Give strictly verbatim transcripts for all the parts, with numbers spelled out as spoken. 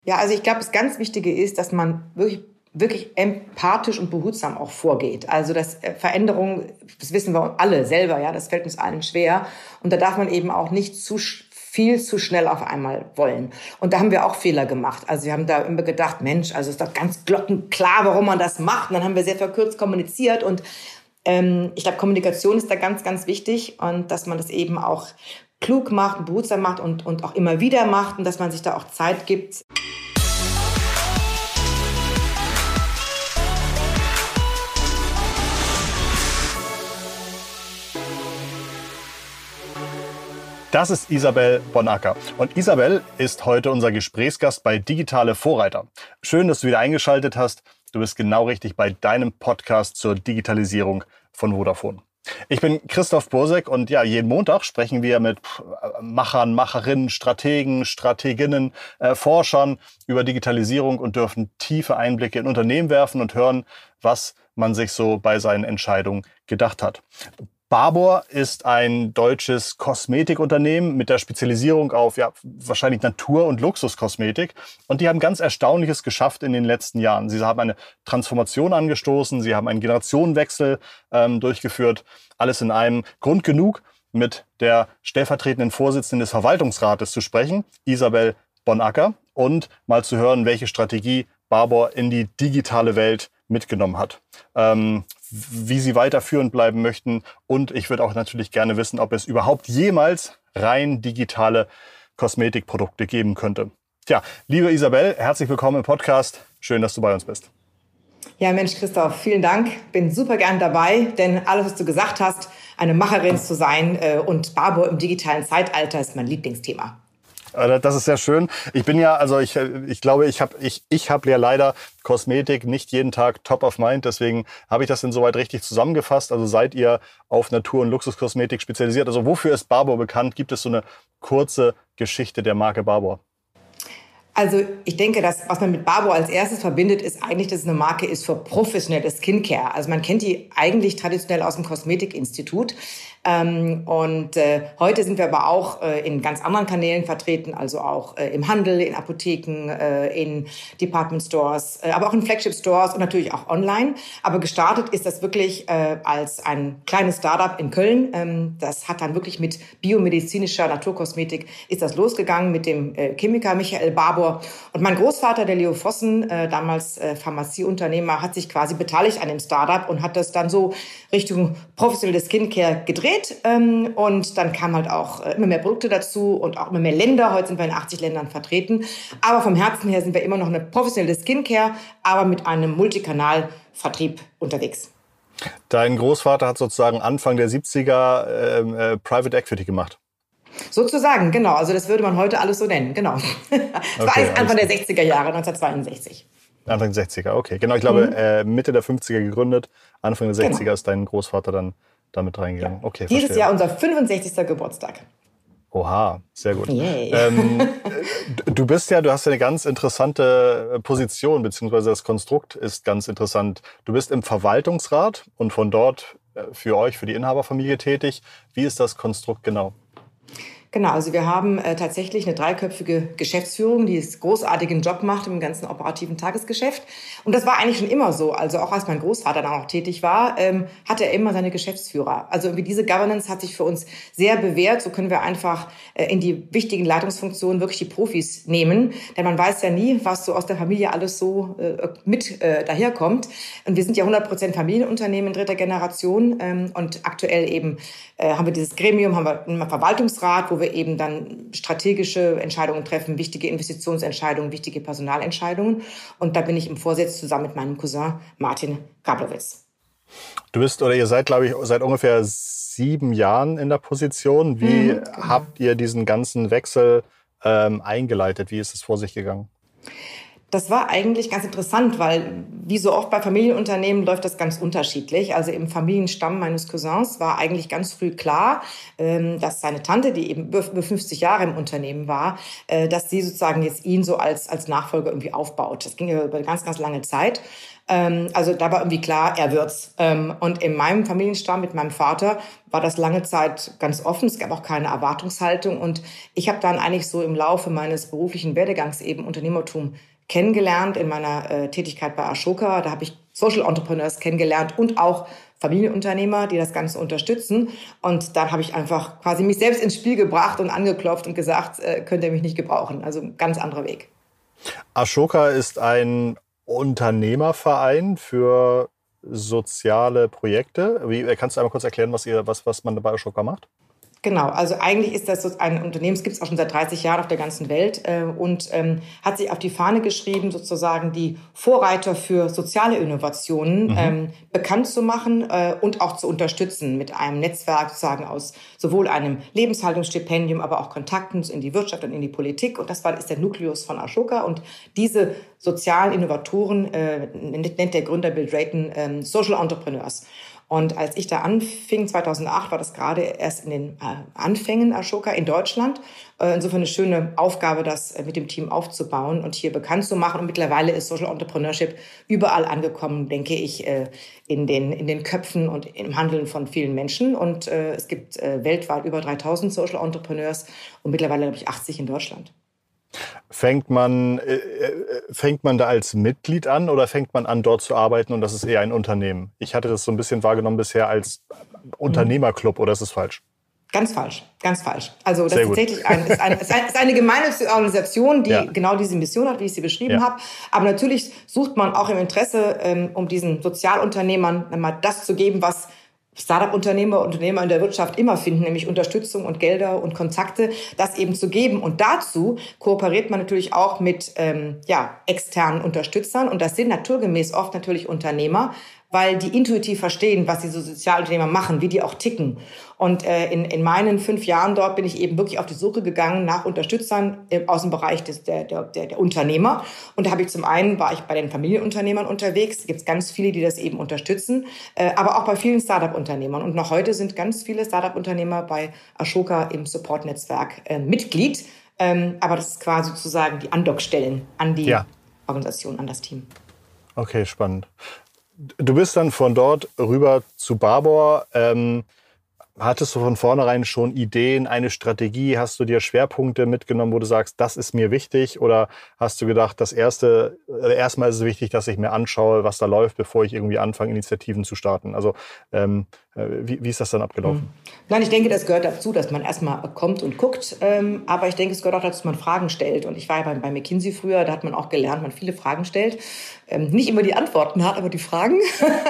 Ja, also ich glaube, das ganz Wichtige ist, dass man wirklich wirklich empathisch und behutsam auch vorgeht. Also das Veränderung, das wissen wir alle selber, ja, das fällt uns allen schwer. Und da darf man eben auch nicht zu viel zu schnell auf einmal wollen. Und da haben wir auch Fehler gemacht. Also wir haben da immer gedacht, Mensch, also ist doch ganz glockenklar, warum man das macht. Und dann haben wir sehr verkürzt kommuniziert. Und ähm, ich glaube, Kommunikation ist da ganz, ganz wichtig. Und dass man das eben auch klug macht, behutsam macht und, und auch immer wieder macht. Und dass man sich da auch Zeit gibt. Das ist Isabel Bonacker. Und Isabel ist heute unser Gesprächsgast bei Digitale Vorreiter. Schön, dass du wieder eingeschaltet hast. Du bist genau richtig bei deinem Podcast zur Digitalisierung von Vodafone. Ich bin Christoph Bursek und ja, jeden Montag sprechen wir mit Machern, Macherinnen, Strategen, Strateginnen, äh, Forschern über Digitalisierung und dürfen tiefe Einblicke in Unternehmen werfen und hören, was man sich so bei seinen Entscheidungen gedacht hat. Barbour ist ein deutsches Kosmetikunternehmen mit der Spezialisierung auf ja, wahrscheinlich Natur- und Luxuskosmetik. Und die haben ganz Erstaunliches geschafft in den letzten Jahren. Sie haben eine Transformation angestoßen, sie haben einen Generationenwechsel ähm, durchgeführt. Alles in einem. Grund genug, mit der stellvertretenden Vorsitzenden des Verwaltungsrates zu sprechen, Isabel Bonacker, und mal zu hören, welche Strategie Barbour in die digitale Welt mitgenommen hat, ähm, wie sie weiterführend bleiben möchten. Und ich würde auch natürlich gerne wissen, ob es überhaupt jemals rein digitale Kosmetikprodukte geben könnte. Tja, liebe Isabel, herzlich willkommen im Podcast. Schön, dass du bei uns bist. Ja, Mensch, Christoph, vielen Dank. Bin super gern dabei, denn alles, was du gesagt hast, eine Macherin zu sein äh, und Barbour im digitalen Zeitalter ist mein Lieblingsthema. Das ist sehr schön. Ich bin ja, also ich, ich glaube, ich habe ich, ich hab ja leider Kosmetik nicht jeden Tag top of mind. Deswegen habe ich das insoweit richtig zusammengefasst. Also seid ihr auf Natur- und Luxuskosmetik spezialisiert? Also wofür ist Barbour bekannt? Gibt es so eine kurze Geschichte der Marke Barbour? Also ich denke, dass was man mit Barbour als erstes verbindet, ist eigentlich, dass es eine Marke ist für professionelle Skincare. Also man kennt die eigentlich traditionell aus dem Kosmetikinstitut. Ähm, und äh, heute sind wir aber auch äh, in ganz anderen Kanälen vertreten, also auch äh, im Handel, in Apotheken, äh, in Department Stores, äh, aber auch in Flagship Stores und natürlich auch online. Aber gestartet ist das wirklich äh, als ein kleines Startup in Köln. Ähm, das hat dann wirklich mit biomedizinischer Naturkosmetik ist das losgegangen mit dem äh, Chemiker Michael Barbour. Und mein Großvater, der Leo Vossen, äh, damals äh, Pharmazieunternehmer, hat sich quasi beteiligt an dem Startup und hat das dann so Richtung professionelle Skincare gedreht. Ähm, und dann kamen halt auch äh, immer mehr Produkte dazu und auch immer mehr Länder. Heute sind wir in achtzig Ländern vertreten. Aber vom Herzen her sind wir immer noch eine professionelle Skincare, aber mit einem Multikanal-Vertrieb unterwegs. Dein Großvater hat sozusagen Anfang der siebziger äh, äh, Private Equity gemacht. Sozusagen, genau. Also das würde man heute alles so nennen, genau. Das war Okay, alles Anfang der sechziger Jahre, neunzehnhundertzweiundsechzig. Anfang der sechziger, okay. Genau, ich glaube, mhm. äh, Mitte der fünfziger gegründet, Anfang der sechziger genau. Ist dein Großvater dann damit reingegangen. Ja. Okay, Dieses verstehe. Jahr unser fünfundsechzigster Geburtstag. Oha, sehr gut. Ähm, du bist ja, du hast ja eine ganz interessante Position, beziehungsweise das Konstrukt ist ganz interessant. Du bist im Verwaltungsrat und von dort für euch, für die Inhaberfamilie tätig. Wie ist das Konstrukt genau? Genau, also wir haben äh, tatsächlich eine dreiköpfige Geschäftsführung, die einen großartigen Job macht im ganzen operativen Tagesgeschäft. Und das war eigentlich schon immer so. Also auch als mein Großvater dann auch tätig war, ähm, hatte er immer seine Geschäftsführer. Also irgendwie diese Governance hat sich für uns sehr bewährt. So können wir einfach äh, in die wichtigen Leitungsfunktionen wirklich die Profis nehmen. Denn man weiß ja nie, was so aus der Familie alles so äh, mit äh, daherkommt. Und wir sind ja hundert Prozent Familienunternehmen in dritter Generation. Ähm, und aktuell eben äh, haben wir dieses Gremium, haben wir einen Verwaltungsrat, wo wir eben dann strategische Entscheidungen treffen, wichtige Investitionsentscheidungen, wichtige Personalentscheidungen. Und da bin ich im Vorsitz zusammen mit meinem Cousin Martin Gablowitz. Du bist oder ihr seid, glaube ich, seit ungefähr sieben Jahren in der Position. Wie mhm, genau. habt ihr diesen ganzen Wechsel ähm, eingeleitet? Wie ist es vor sich gegangen? Das war eigentlich ganz interessant, weil wie so oft bei Familienunternehmen läuft das ganz unterschiedlich. Also im Familienstamm meines Cousins war eigentlich ganz früh klar, dass seine Tante, die eben über fünfzig Jahre im Unternehmen war, dass sie sozusagen jetzt ihn so als, als Nachfolger irgendwie aufbaut. Das ging über eine ganz, ganz lange Zeit. Also da war irgendwie klar, er wird's. Und in meinem Familienstamm mit meinem Vater war das lange Zeit ganz offen. Es gab auch keine Erwartungshaltung. Und ich habe dann eigentlich so im Laufe meines beruflichen Werdegangs eben Unternehmertum kennengelernt in meiner äh, Tätigkeit bei Ashoka. Da habe ich Social Entrepreneurs kennengelernt und auch Familienunternehmer, die das Ganze unterstützen. Und dann habe ich einfach quasi mich selbst ins Spiel gebracht und angeklopft und gesagt, äh, könnt ihr mich nicht gebrauchen. Also ein ganz anderer Weg. Ashoka ist ein Unternehmerverein für soziale Projekte. Wie, kannst du einmal kurz erklären, was, ihr, was, was man bei Ashoka macht? Genau, also eigentlich ist das so ein Unternehmen, es gibt es auch schon seit dreißig Jahren auf der ganzen Welt äh, und ähm, hat sich auf die Fahne geschrieben, sozusagen die Vorreiter für soziale Innovationen mhm. ähm, bekannt zu machen äh, und auch zu unterstützen mit einem Netzwerk sozusagen aus sowohl einem Lebenshaltungsstipendium, aber auch Kontakten in die Wirtschaft und in die Politik. Und das war, ist der Nukleus von Ashoka. Und diese sozialen Innovatoren äh, nennt der Gründer Bill Drayton äh, Social Entrepreneurs. Und als ich da anfing, zweitausendacht, war das gerade erst in den äh, Anfängen Ashoka in Deutschland. Äh, insofern eine schöne Aufgabe, das äh, mit dem Team aufzubauen und hier bekannt zu machen. Und mittlerweile ist Social Entrepreneurship überall angekommen, denke ich, äh, in den, in den Köpfen und im Handeln von vielen Menschen. Und äh, es gibt äh, weltweit über dreitausend Social Entrepreneurs und mittlerweile, glaube ich, achtzig in Deutschland. Fängt man, äh, fängt man da als Mitglied an oder fängt man an, dort zu arbeiten und das ist eher ein Unternehmen? Ich hatte das so ein bisschen wahrgenommen bisher als Unternehmerclub, oder ist es falsch? Ganz falsch, ganz falsch. Also das ist tatsächlich ein, ist eine, ist eine gemeinnützige Organisation, die ja. genau diese Mission hat, wie ich sie beschrieben ja. habe. Aber natürlich sucht man auch im Interesse, ähm, um diesen Sozialunternehmern mal das zu geben, was Startup-Unternehmer, Unternehmer in der Wirtschaft immer finden, nämlich Unterstützung und Gelder und Kontakte, das eben zu geben. Und dazu kooperiert man natürlich auch mit ähm, ja, externen Unterstützern. Und das sind naturgemäß oft natürlich Unternehmer, weil die intuitiv verstehen, was diese Sozialunternehmer machen, wie die auch ticken. Und äh, in, in meinen fünf Jahren dort bin ich eben wirklich auf die Suche gegangen nach Unterstützern äh, aus dem Bereich des, der, der, der Unternehmer. Und da habe ich zum einen, war ich bei den Familienunternehmern unterwegs, da gibt es ganz viele, die das eben unterstützen, äh, aber auch bei vielen Startup-Unternehmern. Und noch heute sind ganz viele Startup-Unternehmer bei Ashoka im Support-Netzwerk äh, Mitglied. Ähm, aber das ist quasi sozusagen die Andockstellen an die ja. Organisation, an das Team. Okay, spannend. Du bist dann von dort rüber zu Babor. Ähm, hattest du von vornherein schon Ideen, eine Strategie? Hast du dir Schwerpunkte mitgenommen, wo du sagst, das ist mir wichtig? Oder hast du gedacht, das erste, äh, erstmal ist es wichtig, dass ich mir anschaue, was da läuft, bevor ich irgendwie anfange, Initiativen zu starten? Also ähm, wie, wie ist das dann abgelaufen? Nein, ich denke, das gehört dazu, dass man erstmal kommt und guckt. Ähm, aber ich denke, es gehört auch dazu, dass man Fragen stellt. Und ich war ja bei, bei McKinsey früher, da hat man auch gelernt, man viele Fragen stellt. Ähm, nicht immer die Antworten hat, aber die Fragen.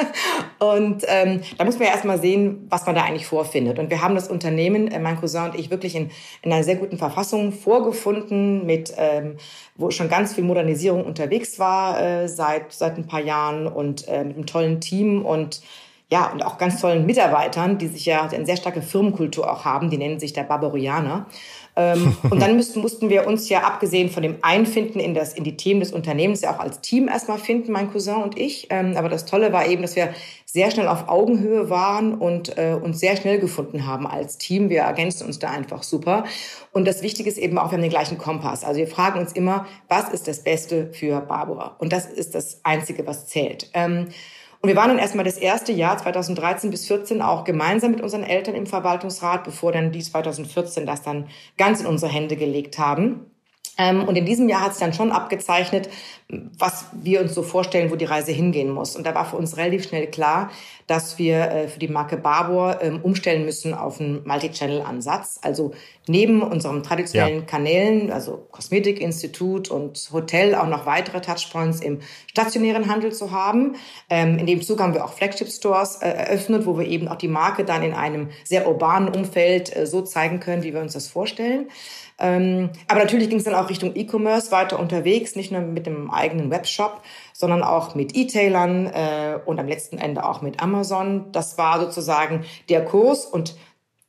und ähm, da muss man ja erstmal sehen, was man da eigentlich vorfindet. Und wir haben das Unternehmen, äh, mein Cousin und ich, wirklich in, in einer sehr guten Verfassung vorgefunden, mit ähm, wo schon ganz viel Modernisierung unterwegs war äh, seit, seit ein paar Jahren und äh, mit einem tollen Team und ja, und auch ganz tollen Mitarbeitern, die sich ja eine sehr starke Firmenkultur auch haben. Die nennen sich der Barborianer. Ähm, und dann müssten, mussten wir uns ja, abgesehen von dem Einfinden in, das, in die Themen des Unternehmens, ja auch als Team erstmal finden, mein Cousin und ich. Ähm, aber das Tolle war eben, dass wir sehr schnell auf Augenhöhe waren und äh, uns sehr schnell gefunden haben als Team. Wir ergänzen uns da einfach super. Und das Wichtige ist eben auch, wir haben den gleichen Kompass. Also wir fragen uns immer, was ist das Beste für Barbora? Und das ist das Einzige, was zählt. Ähm, Und wir waren dann erstmal das erste Jahr, zweitausenddreizehn bis vierzehn, auch gemeinsam mit unseren Eltern im Verwaltungsrat, bevor dann die zweitausendvierzehn das dann ganz in unsere Hände gelegt haben. Und in diesem Jahr hat sich dann schon abgezeichnet, was wir uns so vorstellen, wo die Reise hingehen muss. Und da war für uns relativ schnell klar, dass wir für die Marke Babor umstellen müssen auf einen Multi-Channel-Ansatz. Also neben unseren traditionellen ja. Kanälen, also Kosmetikinstitut und Hotel, auch noch weitere Touchpoints im stationären Handel zu haben. In dem Zug haben wir auch Flagship-Stores eröffnet, wo wir eben auch die Marke dann in einem sehr urbanen Umfeld so zeigen können, wie wir uns das vorstellen. Aber natürlich ging es dann auch Richtung E-Commerce weiter unterwegs, nicht nur mit dem eigenen Webshop, sondern auch mit E-Tailern äh, und am letzten Ende auch mit Amazon. Das war sozusagen der Kurs und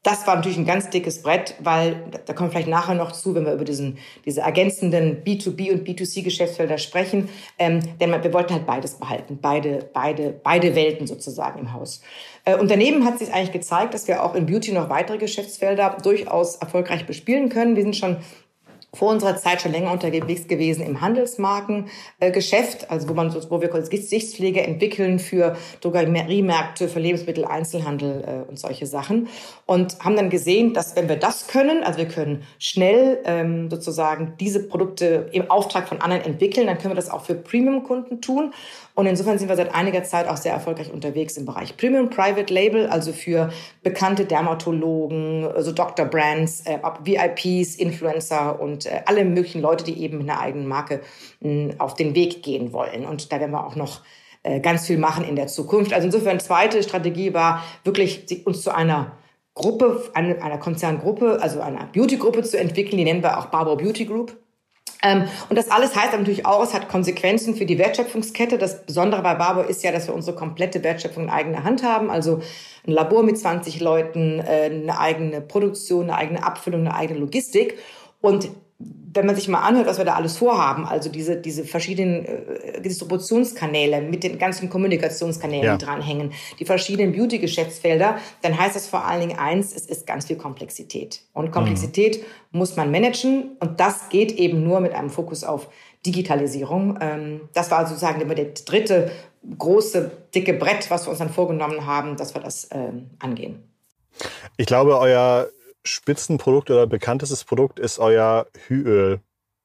Das war natürlich ein ganz dickes Brett, weil, da kommen wir vielleicht nachher noch zu, wenn wir über diesen, diese ergänzenden B zwei B und B zwei C Geschäftsfelder sprechen. Ähm, denn wir wollten halt beides behalten, beide, beide, beide Welten sozusagen im Haus. Äh, und daneben hat sich eigentlich gezeigt, dass wir auch in Beauty noch weitere Geschäftsfelder durchaus erfolgreich bespielen können. Wir sind schon vor unserer Zeit schon länger unterwegs gewesen im Handelsmarkengeschäft, also wo man, wo wir Gesichtspflege entwickeln für Drogeriemärkte, für Lebensmittel, Einzelhandel äh, und solche Sachen. Und haben dann gesehen, dass wenn wir das können, also wir können schnell ähm, sozusagen diese Produkte im Auftrag von anderen entwickeln, dann können wir das auch für Premium-Kunden tun. Und insofern sind wir seit einiger Zeit auch sehr erfolgreich unterwegs im Bereich Premium Private Label, also für bekannte Dermatologen, also Doktor Brands, äh, V I Ps, Influencer und äh, alle möglichen Leute, die eben mit einer eigenen Marke mh, auf den Weg gehen wollen. Und da werden wir auch noch äh, ganz viel machen in der Zukunft. Also insofern zweite Strategie war wirklich, uns zu einer Gruppe, einer, einer Konzerngruppe, also einer Beauty-Gruppe zu entwickeln, die nennen wir auch Barbour Beauty Group. Ähm, und das alles heißt natürlich auch, es hat Konsequenzen für die Wertschöpfungskette. Das Besondere bei Barbour ist ja, dass wir unsere komplette Wertschöpfung in eigener Hand haben. Also ein Labor mit zwanzig Leuten, äh, eine eigene Produktion, eine eigene Abfüllung, eine eigene Logistik. Und wenn man sich mal anhört, was wir da alles vorhaben, also diese, diese verschiedenen äh, Distributionskanäle mit den ganzen Kommunikationskanälen, ja, die dranhängen, die verschiedenen Beauty-Geschäftsfelder, dann heißt das vor allen Dingen eins, es ist ganz viel Komplexität. Und Komplexität mhm. muss man managen und das geht eben nur mit einem Fokus auf Digitalisierung. Ähm, das war sozusagen immer der dritte große, dicke Brett, was wir uns dann vorgenommen haben, dass wir das ähm, angehen. Ich glaube, euer Spitzenprodukt oder bekanntestes Produkt ist euer Hüöl.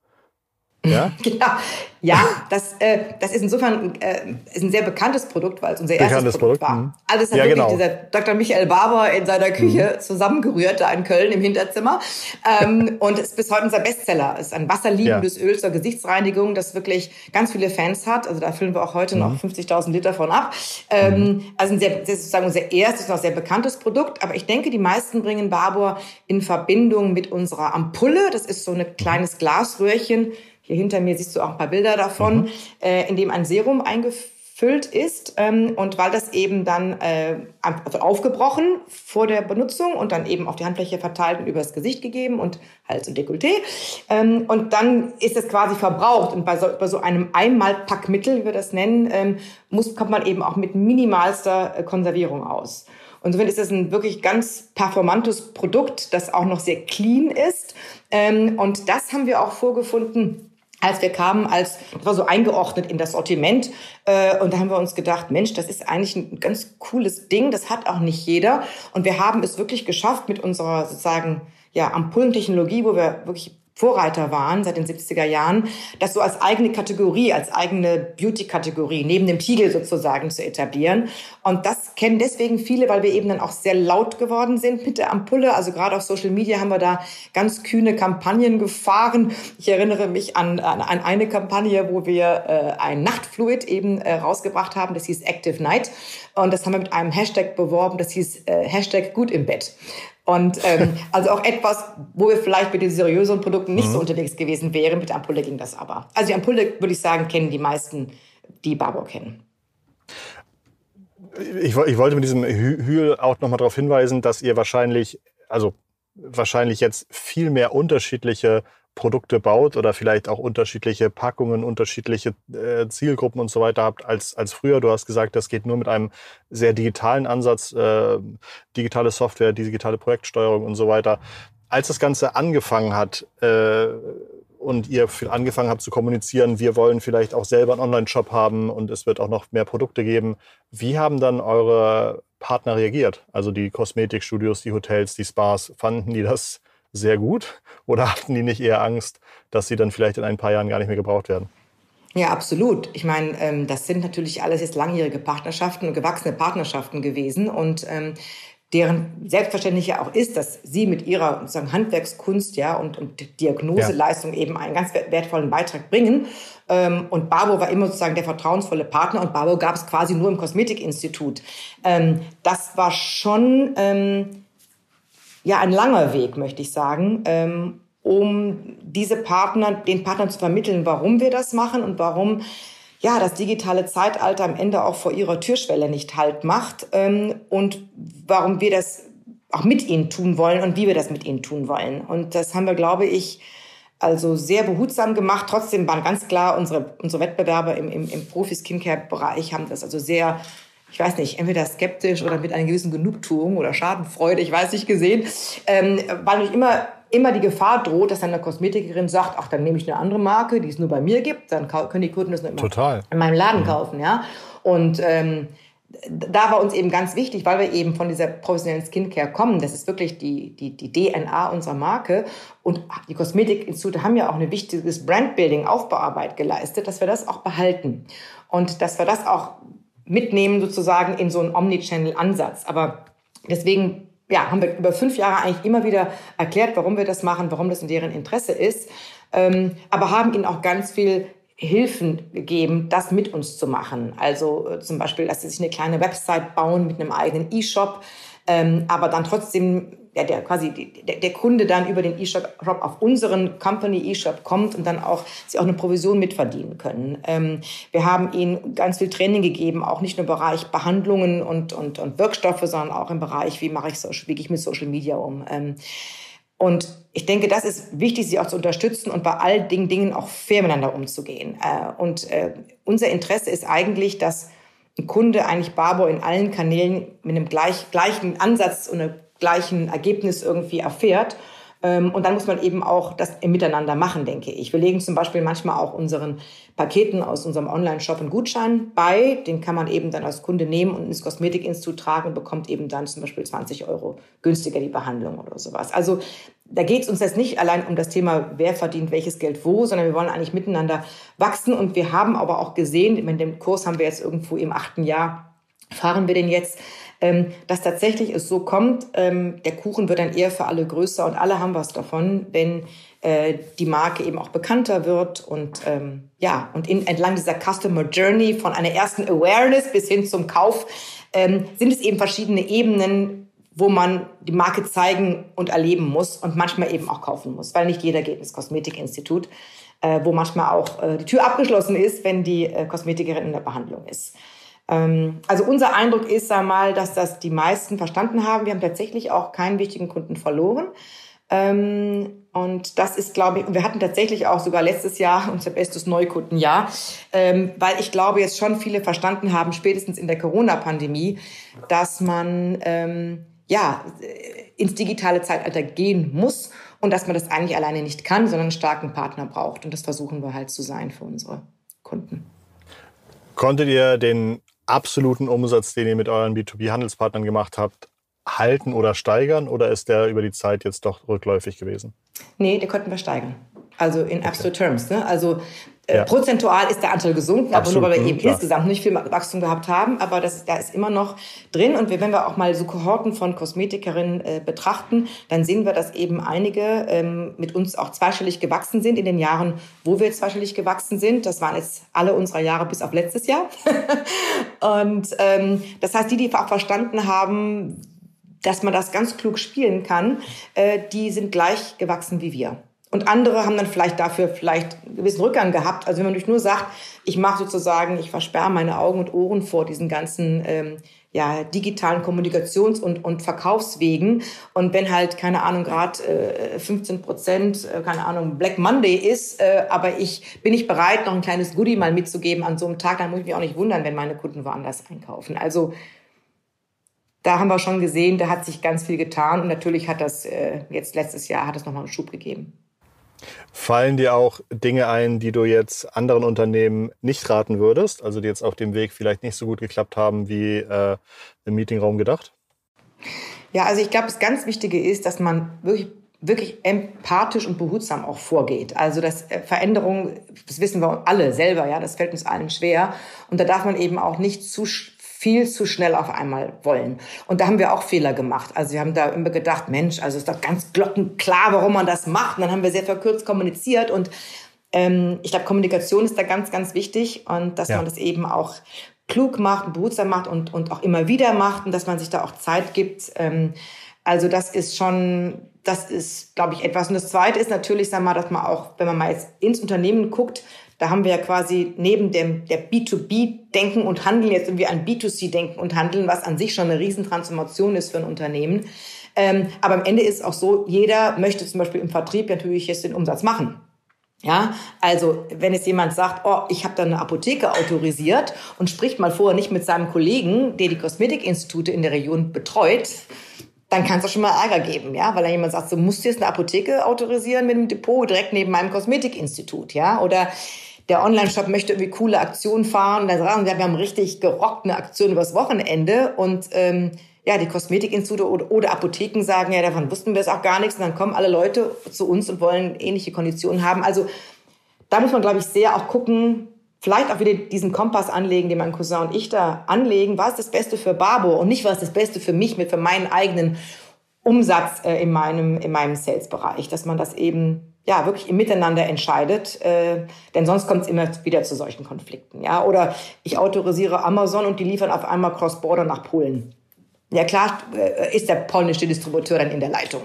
Ja? Genau. Ja, das, äh, das ist insofern äh, ist ein sehr bekanntes Produkt, weil es unser erstes bekanntes Produkt, Produkt war. Mhm. Also es hat ja, wirklich genau. dieser Doktor Michael Barbour in seiner Küche mhm. zusammengerührt, da in Köln im Hinterzimmer. Ähm, und ist bis heute unser Bestseller. Es ist ein wasserliebendes ja. Öl zur Gesichtsreinigung, das wirklich ganz viele Fans hat. Also da füllen wir auch heute mhm. noch fünfzigtausend Liter von ab. Ähm, mhm. Also ein sehr, sozusagen unser erstes, noch sehr bekanntes Produkt. Aber ich denke, die meisten bringen Barbour in Verbindung mit unserer Ampulle. Das ist so ein kleines Glasröhrchen. Hier hinter mir siehst du auch ein paar Bilder davon, mhm. äh, in dem ein Serum eingefüllt ist. Ähm, und weil das eben dann äh, also aufgebrochen vor der Benutzung und dann eben auf die Handfläche verteilt und übers Gesicht gegeben und Hals und Dekolleté. Ähm, und dann ist es quasi verbraucht. Und bei so, bei so einem Einmalpackmittel, wie wir das nennen, ähm, muss, kommt man eben auch mit minimalster äh, Konservierung aus. Und somit ist das ein wirklich ganz performantes Produkt, das auch noch sehr clean ist. Ähm, und das haben wir auch vorgefunden, als wir kamen, als das war so eingeordnet in das Sortiment. Äh, und da haben wir uns gedacht, Mensch, das ist eigentlich ein ganz cooles Ding. Das hat auch nicht jeder. Und wir haben es wirklich geschafft mit unserer sozusagen ja Ampullentechnologie, wo wir wirklich Vorreiter waren seit den siebziger Jahren, das so als eigene Kategorie, als eigene Beauty-Kategorie neben dem Tiegel sozusagen zu etablieren. Und das kennen deswegen viele, weil wir eben dann auch sehr laut geworden sind mit der Ampulle. Also gerade auf Social Media haben wir da ganz kühne Kampagnen gefahren. Ich erinnere mich an, an, an eine Kampagne, wo wir äh, ein Nachtfluid eben äh, rausgebracht haben. Das hieß Active Night. Und das haben wir mit einem Hashtag beworben. Das hieß äh, Hashtag gut im Bett. Und ähm, also auch etwas, wo wir vielleicht mit den seriösen Produkten nicht mhm. so unterwegs gewesen wären. Mit der Ampulle ging das aber. Also die Ampulle, würde ich sagen, kennen die meisten, die Barbour kennen. Ich, ich wollte mit diesem Hühl auch nochmal darauf hinweisen, dass ihr wahrscheinlich, also wahrscheinlich jetzt viel mehr unterschiedliche Produkte baut oder vielleicht auch unterschiedliche Packungen, unterschiedliche äh, Zielgruppen und so weiter habt als, als früher. Du hast gesagt, das geht nur mit einem sehr digitalen Ansatz, äh, digitale Software, digitale Projektsteuerung und so weiter. Als das Ganze angefangen hat äh, und ihr angefangen habt zu kommunizieren, wir wollen vielleicht auch selber einen Online-Shop haben und es wird auch noch mehr Produkte geben, wie haben dann eure Partner reagiert? Also die Kosmetikstudios, die Hotels, die Spas, fanden die das sehr gut? Oder hatten die nicht eher Angst, dass sie dann vielleicht in ein paar Jahren gar nicht mehr gebraucht werden? Ja, absolut. Ich meine, ähm, das sind natürlich alles jetzt langjährige Partnerschaften und gewachsene Partnerschaften gewesen und ähm, deren selbstverständlich ja auch ist, dass sie mit ihrer sozusagen Handwerkskunst ja und, und Diagnoseleistung ja. eben einen ganz wertvollen Beitrag bringen. Ähm, und Barbour war immer sozusagen der vertrauensvolle Partner und Barbour gab es quasi nur im Kosmetikinstitut. Ähm, das war schon ähm, ja ein langer Weg, möchte ich sagen, ähm, um diese Partner, den Partnern zu vermitteln, warum wir das machen und warum ja das digitale Zeitalter am Ende auch vor ihrer Türschwelle nicht Halt macht ähm, und warum wir das auch mit ihnen tun wollen und wie wir das mit ihnen tun wollen. Und das haben wir, glaube ich, also sehr behutsam gemacht. Trotzdem waren ganz klar, unsere, unsere Wettbewerber im, im, im Profi-Skincare-Bereich haben das also sehr, ich weiß nicht, entweder skeptisch oder mit einer gewissen Genugtuung oder Schadenfreude, ich weiß nicht, gesehen, ähm, weil nicht immer, immer die Gefahr droht, dass dann eine Kosmetikerin sagt, ach, dann nehme ich eine andere Marke, die es nur bei mir gibt, dann können die Kunden das nur immer Total. in meinem Laden mhm. kaufen, ja. Und ähm, da war uns eben ganz wichtig, weil wir eben von dieser professionellen Skincare kommen. Das ist wirklich die, die, die D N A unserer Marke. Und die Kosmetikinstitute haben ja auch ein wichtiges Brandbuilding, Aufbauarbeit geleistet, dass wir das auch behalten. Und dass wir das auch mitnehmen sozusagen in so einen Omnichannel-Ansatz. Aber deswegen ja, haben wir über fünf Jahre eigentlich immer wieder erklärt, warum wir das machen, warum das in deren Interesse ist. Ähm, aber haben ihnen auch ganz viel Hilfen gegeben, das mit uns zu machen. Also äh, zum Beispiel, dass sie sich eine kleine Website bauen mit einem eigenen E-Shop, ähm, aber dann trotzdem ja, der quasi der, der Kunde dann über den E-Shop auf unseren Company E-Shop kommt und dann auch sie auch eine Provision mitverdienen können. Ähm, wir haben ihnen ganz viel Training gegeben, auch nicht nur im Bereich Behandlungen und und und Wirkstoffe, sondern auch im Bereich, wie mache ich so, wie gehe ich mit Social Media um. Ähm, Und ich denke, das ist wichtig, sie auch zu unterstützen und bei all den Dingen auch fair miteinander umzugehen. Und unser Interesse ist eigentlich, dass ein Kunde eigentlich Barbour in allen Kanälen mit einem gleich, gleichen Ansatz und einem gleichen Ergebnis irgendwie erfährt. Und dann muss man eben auch das im Miteinander machen, denke ich. Wir legen zum Beispiel manchmal auch unseren Paketen aus unserem Online-Shop einen Gutschein bei. Den kann man eben dann als Kunde nehmen und ins Kosmetikinstitut tragen und bekommt eben dann zum Beispiel zwanzig Euro günstiger die Behandlung oder sowas. Also da geht es uns jetzt nicht allein um das Thema, wer verdient welches Geld wo, sondern wir wollen eigentlich miteinander wachsen. Und wir haben aber auch gesehen, in dem Kurs haben wir jetzt irgendwo im achten Jahr, fahren wir den jetzt, dass tatsächlich es so kommt, der Kuchen wird dann eher für alle größer und alle haben was davon, wenn die Marke eben auch bekannter wird und ja und in, entlang dieser Customer Journey von einer ersten Awareness bis hin zum Kauf sind es eben verschiedene Ebenen, wo man die Marke zeigen und erleben muss und manchmal eben auch kaufen muss, weil nicht jeder geht ins Kosmetikinstitut, wo manchmal auch die Tür abgeschlossen ist, wenn die Kosmetikerin in der Behandlung ist. Also unser Eindruck ist einmal, dass das die meisten verstanden haben. Wir haben tatsächlich auch keinen wichtigen Kunden verloren. Und das ist, glaube ich, wir hatten tatsächlich auch sogar letztes Jahr unser bestes Neukundenjahr, weil ich glaube, jetzt schon viele verstanden haben, spätestens in der Corona-Pandemie, dass man ja ins digitale Zeitalter gehen muss und dass man das eigentlich alleine nicht kann, sondern einen starken Partner braucht. Und das versuchen wir halt zu sein für unsere Kunden. Konntet ihr den absoluten Umsatz, den ihr mit euren B zwei B-Handelspartnern gemacht habt, halten oder steigern? Oder ist der über die Zeit jetzt doch rückläufig gewesen? Nee, den konnten wir steigern. Also in okay. absolute terms. Ne? Also äh, ja. prozentual ist der Anteil gesunken, Absolut, aber nur weil wir eben klar. insgesamt nicht viel Wachstum gehabt haben. Aber das ist, da ist immer noch drin. Und wir, wenn wir auch mal so Kohorten von Kosmetikerinnen äh, betrachten, dann sehen wir, dass eben einige ähm, mit uns auch zweistellig gewachsen sind in den Jahren, wo wir zweistellig gewachsen sind. Das waren jetzt alle unserer Jahre bis auf letztes Jahr. Und ähm, das heißt, die, die auch verstanden haben, dass man das ganz klug spielen kann, äh, die sind gleich gewachsen wie wir. Und andere haben dann vielleicht dafür vielleicht einen gewissen Rückgang gehabt. Also wenn man durch nur sagt, ich mache sozusagen, ich versperre meine Augen und Ohren vor diesen ganzen ähm, ja, digitalen Kommunikations- und, und Verkaufswegen. Und wenn halt, keine Ahnung, gerade äh, fünfzehn Prozent, äh, keine Ahnung, Black Monday ist, äh, aber ich bin nicht bereit, noch ein kleines Goodie mal mitzugeben an so einem Tag, dann muss ich mich auch nicht wundern, wenn meine Kunden woanders einkaufen. Also da haben wir schon gesehen, da hat sich ganz viel getan. Und natürlich hat das äh, jetzt letztes Jahr hat es nochmal einen Schub gegeben. Fallen dir auch Dinge ein, die du jetzt anderen Unternehmen nicht raten würdest, also die jetzt auf dem Weg vielleicht nicht so gut geklappt haben wie äh, im Meetingraum gedacht? Ja, also ich glaube, das ganz Wichtige ist, dass man wirklich, wirklich empathisch und behutsam auch vorgeht. Also das äh, Veränderung, das wissen wir alle selber, ja, das fällt uns allen schwer. Und da darf man eben auch nicht zu viel zu schnell auf einmal wollen. Und da haben wir auch Fehler gemacht. Also wir haben da immer gedacht, Mensch, also ist doch ganz glockenklar, warum man das macht. Und dann haben wir sehr verkürzt kommuniziert. Und ähm, ich glaube, Kommunikation ist da ganz, ganz wichtig. Und dass ja. man das eben auch klug macht und behutsam macht und, und auch immer wieder macht. Und dass man sich da auch Zeit gibt. Ähm, also das ist schon, das ist, glaube ich, etwas. Und das Zweite ist natürlich, sag mal, dass man auch, wenn man mal jetzt ins Unternehmen guckt, da haben wir ja quasi neben dem der B zwei B-Denken und Handeln jetzt irgendwie ein B zwei C-Denken und Handeln, was an sich schon eine Riesentransformation ist für ein Unternehmen. Ähm, aber am Ende ist es auch so, jeder möchte zum Beispiel im Vertrieb natürlich jetzt den Umsatz machen. Ja, also wenn jetzt jemand sagt, oh, ich habe da eine Apotheke autorisiert und spricht mal vorher nicht mit seinem Kollegen, der die Kosmetikinstitute in der Region betreut, dann kann es auch schon mal Ärger geben, ja, weil dann jemand sagt, so musst du jetzt eine Apotheke autorisieren mit einem Depot direkt neben meinem Kosmetikinstitut, ja, oder der Online-Shop möchte irgendwie coole Aktionen fahren und dann sagen wir, wir haben richtig gerockt eine Aktion übers Wochenende und ähm, ja, die Kosmetikinstitute oder, oder Apotheken sagen, ja, davon wussten wir es auch gar nichts. Und dann kommen alle Leute zu uns und wollen ähnliche Konditionen haben. Also da muss man, glaube ich, sehr auch gucken, vielleicht auch wieder diesen Kompass anlegen, den mein Cousin und ich da anlegen. Was ist das Beste für Barbour und nicht, was ist das Beste für mich, mit für meinen eigenen Umsatz äh, in meinem, in meinem Sales-Bereich. Dass man das eben ja wirklich im Miteinander entscheidet. Äh, denn sonst kommt es immer wieder zu solchen Konflikten. Ja? Oder ich autorisiere Amazon und die liefern auf einmal Cross-Border nach Polen. Ja klar ist der polnische Distributeur dann in der Leitung.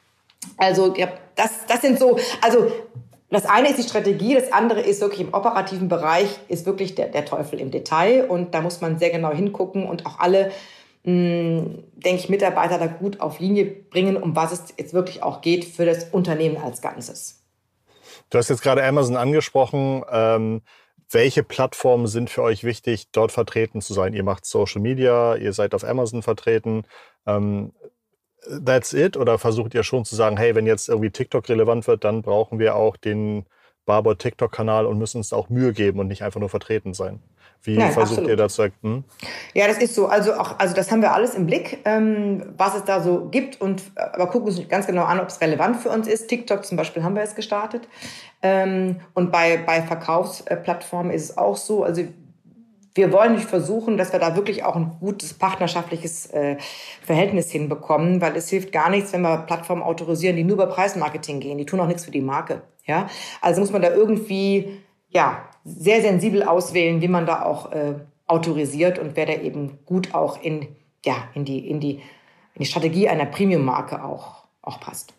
Also ja, das, das sind so, also das eine ist die Strategie, das andere ist wirklich im operativen Bereich, ist wirklich der, der Teufel im Detail und da muss man sehr genau hingucken und auch alle, mh, denke ich, Mitarbeiter da gut auf Linie bringen, um was es jetzt wirklich auch geht für das Unternehmen als Ganzes. Du hast jetzt gerade Amazon angesprochen. Ähm Welche Plattformen sind für euch wichtig, dort vertreten zu sein? Ihr macht Social Media, ihr seid auf Amazon vertreten. Ähm, that's it? Oder versucht ihr schon zu sagen, hey, wenn jetzt irgendwie TikTok relevant wird, dann brauchen wir auch den Barbour TikTok-Kanal und müssen uns auch Mühe geben und nicht einfach nur vertreten sein? Wie Nein, versucht absolut. ihr das zu hm? Ja, das ist so. Also auch, also das haben wir alles im Blick, ähm, was es da so gibt. Und aber gucken uns ganz genau an, ob es relevant für uns ist. TikTok zum Beispiel haben wir es gestartet. Ähm, und bei bei Verkaufsplattformen ist es auch so. Also wir wollen nicht versuchen, dass wir da wirklich auch ein gutes partnerschaftliches äh, Verhältnis hinbekommen, weil es hilft gar nichts, wenn wir Plattformen autorisieren, die nur über Preismarketing gehen. Die tun auch nichts für die Marke. Ja, also muss man da irgendwie ja sehr sensibel auswählen, wie man da auch äh, autorisiert und wer da eben gut auch in ja in die in die in die Strategie einer Premium-Marke auch auch passt.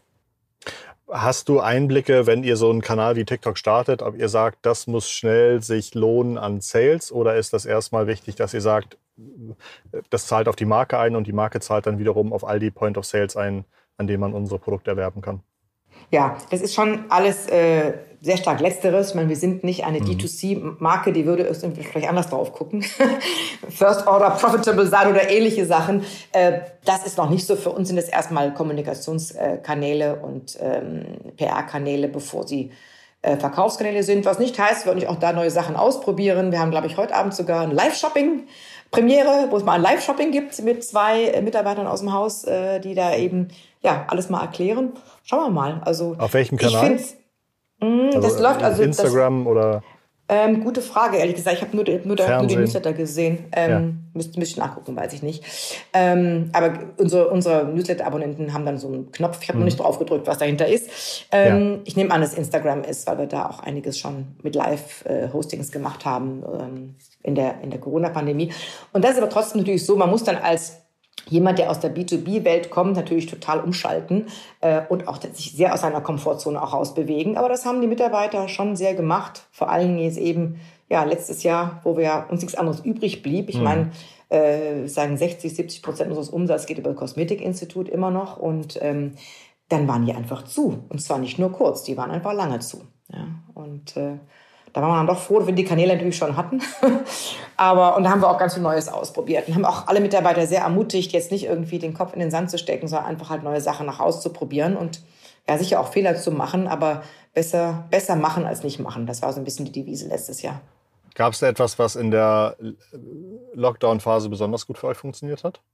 Hast du Einblicke, wenn ihr so einen Kanal wie TikTok startet, ob ihr sagt, das muss schnell sich lohnen an Sales, oder ist das erstmal wichtig, dass ihr sagt, das zahlt auf die Marke ein und die Marke zahlt dann wiederum auf all die Point of Sales ein, an denen man unsere Produkte erwerben kann? Ja, das ist schon alles äh, sehr stark Letzteres. Ich meine, wir sind nicht eine mhm. D zwei C-Marke, die würde es vielleicht anders drauf gucken. First Order Profitable sein oder ähnliche Sachen. Äh, das ist noch nicht so. Für uns sind es erstmal Kommunikationskanäle und ähm, P R-Kanäle, bevor sie äh, Verkaufskanäle sind. Was nicht heißt, wir wollen nicht auch da neue Sachen ausprobieren. Wir haben, glaube ich, heute Abend sogar ein Live-Shopping Premiere, wo es mal ein Live-Shopping gibt mit zwei äh, Mitarbeitern aus dem Haus, äh, die da eben ja alles mal erklären. Schauen wir mal. Also, auf welchem Kanal? Ich mh, also das läuft also Instagram das, oder? Ähm, gute Frage, ehrlich gesagt. Ich habe nur, nur, nur den Newsletter gesehen. Ähm, ja. Müsste müsste nachgucken, weiß ich nicht. Ähm, aber unsere, unsere Newsletter-Abonnenten haben dann so einen Knopf. Ich habe hm. noch nicht drauf gedrückt, was dahinter ist. Ähm, ja. Ich nehme an, dass Instagram ist, weil wir da auch einiges schon mit Live-Hostings gemacht haben ähm, in der, in der Corona-Pandemie. Und das ist aber trotzdem natürlich so, man muss dann als jemand, der aus der B zwei B-Welt kommt, natürlich total umschalten äh, und auch sich sehr aus seiner Komfortzone auch rausbewegen. Aber das haben die Mitarbeiter schon sehr gemacht. Vor allen Dingen jetzt eben ja, letztes Jahr, wo wir uns nichts anderes übrig blieb. Ich mhm. meine, äh, sagen sechzig, siebzig Prozent unseres Umsatzes geht über das Kosmetikinstitut immer noch. Und ähm, dann waren die einfach zu. Und zwar nicht nur kurz, die waren einfach lange zu. Ja, und äh, da waren wir dann doch froh, dass wir die Kanäle natürlich schon hatten. Aber, und da haben wir auch ganz viel Neues ausprobiert. Und haben auch alle Mitarbeiter sehr ermutigt, jetzt nicht irgendwie den Kopf in den Sand zu stecken, sondern einfach halt neue Sachen nach auszuprobieren. Und ja, sicher auch Fehler zu machen, aber besser, besser machen als nicht machen. Das war so ein bisschen die Devise letztes Jahr. Gab es da etwas, was in der Lockdown-Phase besonders gut für euch funktioniert hat?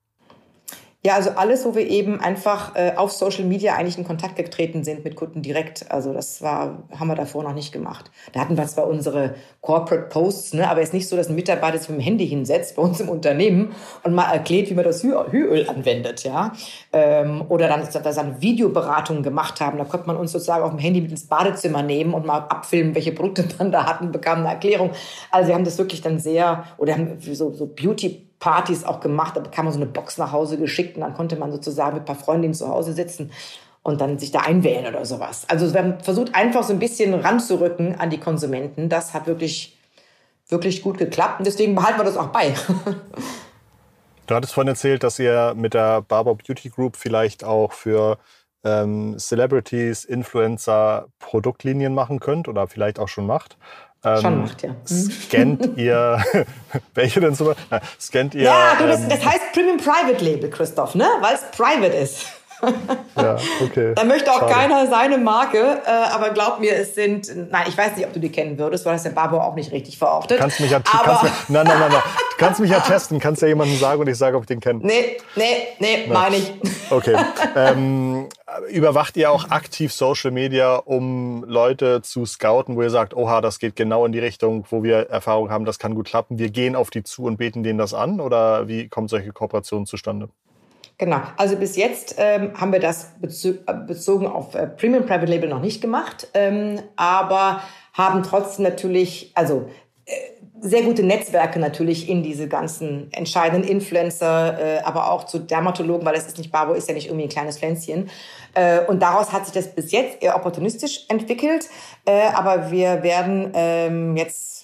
Ja, also alles, wo wir eben einfach äh, auf Social Media eigentlich in Kontakt getreten sind mit Kunden direkt. Also das war, haben wir davor noch nicht gemacht. Da hatten wir zwar unsere Corporate Posts, ne, aber es ist nicht so, dass ein Mitarbeiter sich mit dem Handy hinsetzt bei uns im Unternehmen und mal erklärt, wie man das Hü- Hüöl anwendet, ja. Ähm, oder dann, dass wir eine Videoberatung gemacht haben. Da konnte man uns sozusagen auf dem Handy mit ins Badezimmer nehmen und mal abfilmen, welche Produkte man da hatten, bekamen eine Erklärung. Also wir haben das wirklich dann sehr, oder haben so, so Beauty Partys auch gemacht, da bekam man so eine Box nach Hause geschickt und dann konnte man sozusagen mit ein paar Freundinnen zu Hause sitzen und dann sich da einwählen oder sowas. Also wir haben versucht, einfach so ein bisschen ranzurücken an die Konsumenten. Das hat wirklich, wirklich gut geklappt und deswegen behalten wir das auch bei. Du hattest vorhin erzählt, dass ihr mit der Barbour Beauty Group vielleicht auch für ähm, Celebrities, Influencer Produktlinien machen könnt oder vielleicht auch schon macht. Ähm, schon macht, ja. Scannt ihr, welche denn so? Scannt ihr... Ja, du, das, ähm, das heißt Premium Private Label, Christoph, ne? Weil es private ist. Ja, okay. Da möchte auch Schade. keiner seine Marke, äh, aber glaub mir, es sind, nein, ich weiß nicht, ob du die kennen würdest, weil das der Barbour auch nicht richtig verortet. Kannst mich ja, aber kannst mich, nein, nein, nein, nein. Du kannst mich ja testen, kannst ja jemandem sagen und ich sage, ob ich den kenne. Nee, nee, nee, meine ich. Okay. Ähm, überwacht ihr auch aktiv Social Media, um Leute zu scouten, wo ihr sagt, oha, das geht genau in die Richtung, wo wir Erfahrung haben, das kann gut klappen. Wir gehen auf die zu und beten denen das an? Oder wie kommen solche Kooperationen zustande? Genau, also bis jetzt ähm, haben wir das bezo- bezogen auf äh, Premium Private Label noch nicht gemacht, ähm, aber haben trotzdem natürlich, also äh, sehr gute Netzwerke natürlich in diese ganzen entscheidenden Influencer, äh, aber auch zu Dermatologen, weil das ist nicht, Barbour ist ja nicht irgendwie ein kleines Pflänzchen. Äh, und daraus hat sich das bis jetzt eher opportunistisch entwickelt, äh, aber wir werden ähm, jetzt,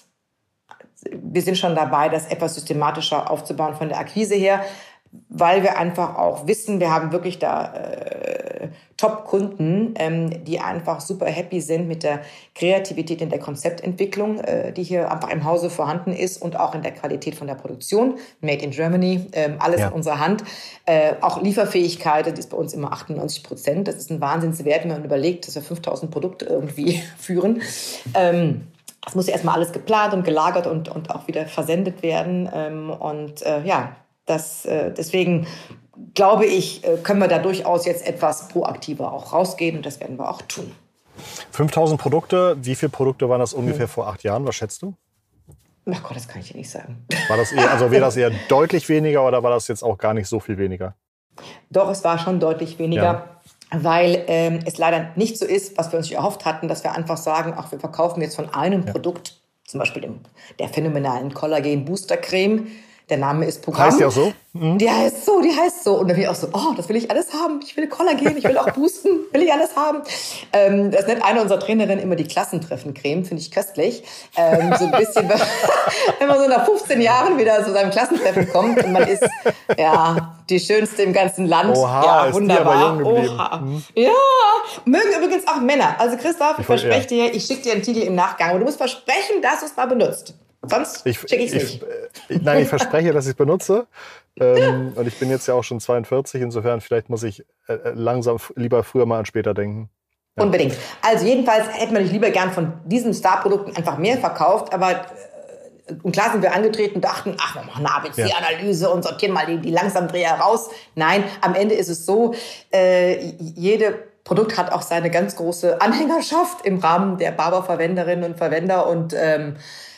wir sind schon dabei, das etwas systematischer aufzubauen von der Akquise her, weil wir einfach auch wissen, wir haben wirklich da äh, Top-Kunden, ähm, die einfach super happy sind mit der Kreativität in der Konzeptentwicklung, äh, die hier einfach im Hause vorhanden ist und auch in der Qualität von der Produktion. Made in Germany, ähm, alles ja. in unserer Hand. Äh, auch Lieferfähigkeit, das ist bei uns immer achtundneunzig Prozent. Das ist ein Wahnsinnswert, wenn man überlegt, dass wir fünftausend Produkte irgendwie führen. Ähm, das muss ja erstmal alles geplant und gelagert und, und auch wieder versendet werden. Ähm, und äh, ja, Das, äh, deswegen glaube ich, äh, können wir da durchaus jetzt etwas proaktiver auch rausgehen und das werden wir auch tun. fünftausend Produkte, wie viele Produkte waren das ungefähr hm. vor acht Jahren? Was schätzt du? Ach Gott, das kann ich dir nicht sagen. War das eher, also wäre das eher deutlich weniger oder war das jetzt auch gar nicht so viel weniger? Doch, es war schon deutlich weniger. Ja. Weil ähm, es leider nicht so ist, was wir uns erhofft hatten, dass wir einfach sagen, ach, wir verkaufen jetzt von einem ja. Produkt, zum Beispiel dem, der phänomenalen Collagen-Booster-Creme. Der Name ist Programm. Heißt die auch so? Mhm. Die heißt so, die heißt so. Und dann bin ich auch so, oh, das will ich alles haben. Ich will Kollagen, ich will auch boosten, will ich alles haben. Ähm, das nennt eine unserer Trainerinnen immer die Klassentreffen-Creme, finde ich köstlich. Ähm, so ein bisschen, wenn man so nach fünfzehn Jahren wieder zu seinem Klassentreffen kommt und man ist, ja, die schönste im ganzen Land. Oha, ja, ist wunderbar. Die aber jung geblieben. Oha. Mhm. Ja, mögen übrigens auch Männer. Also Christoph, ich, ich verspreche ja. dir, ich schicke dir einen Titel im Nachgang. Aber du musst versprechen, dass du es mal benutzt. Sonst schicke ich es nicht. Ich, nein, ich verspreche, dass ich es benutze. Ähm, und ich bin jetzt ja auch schon zweiundvierzig. Insofern vielleicht muss ich äh, langsam lieber früher mal an später denken. Ja. Unbedingt. Also jedenfalls hätten wir dich lieber gern von diesen Star-Produkten einfach mehr verkauft. Aber äh, und klar sind wir angetreten und dachten, ach, wir machen eine A B C-Analyse ja. und sortieren mal die, die Langsamdreher raus. Nein, am Ende ist es so, äh, jede Produkt hat auch seine ganz große Anhängerschaft im Rahmen der Barbour-Verwenderinnen und Verwender. Und ähm,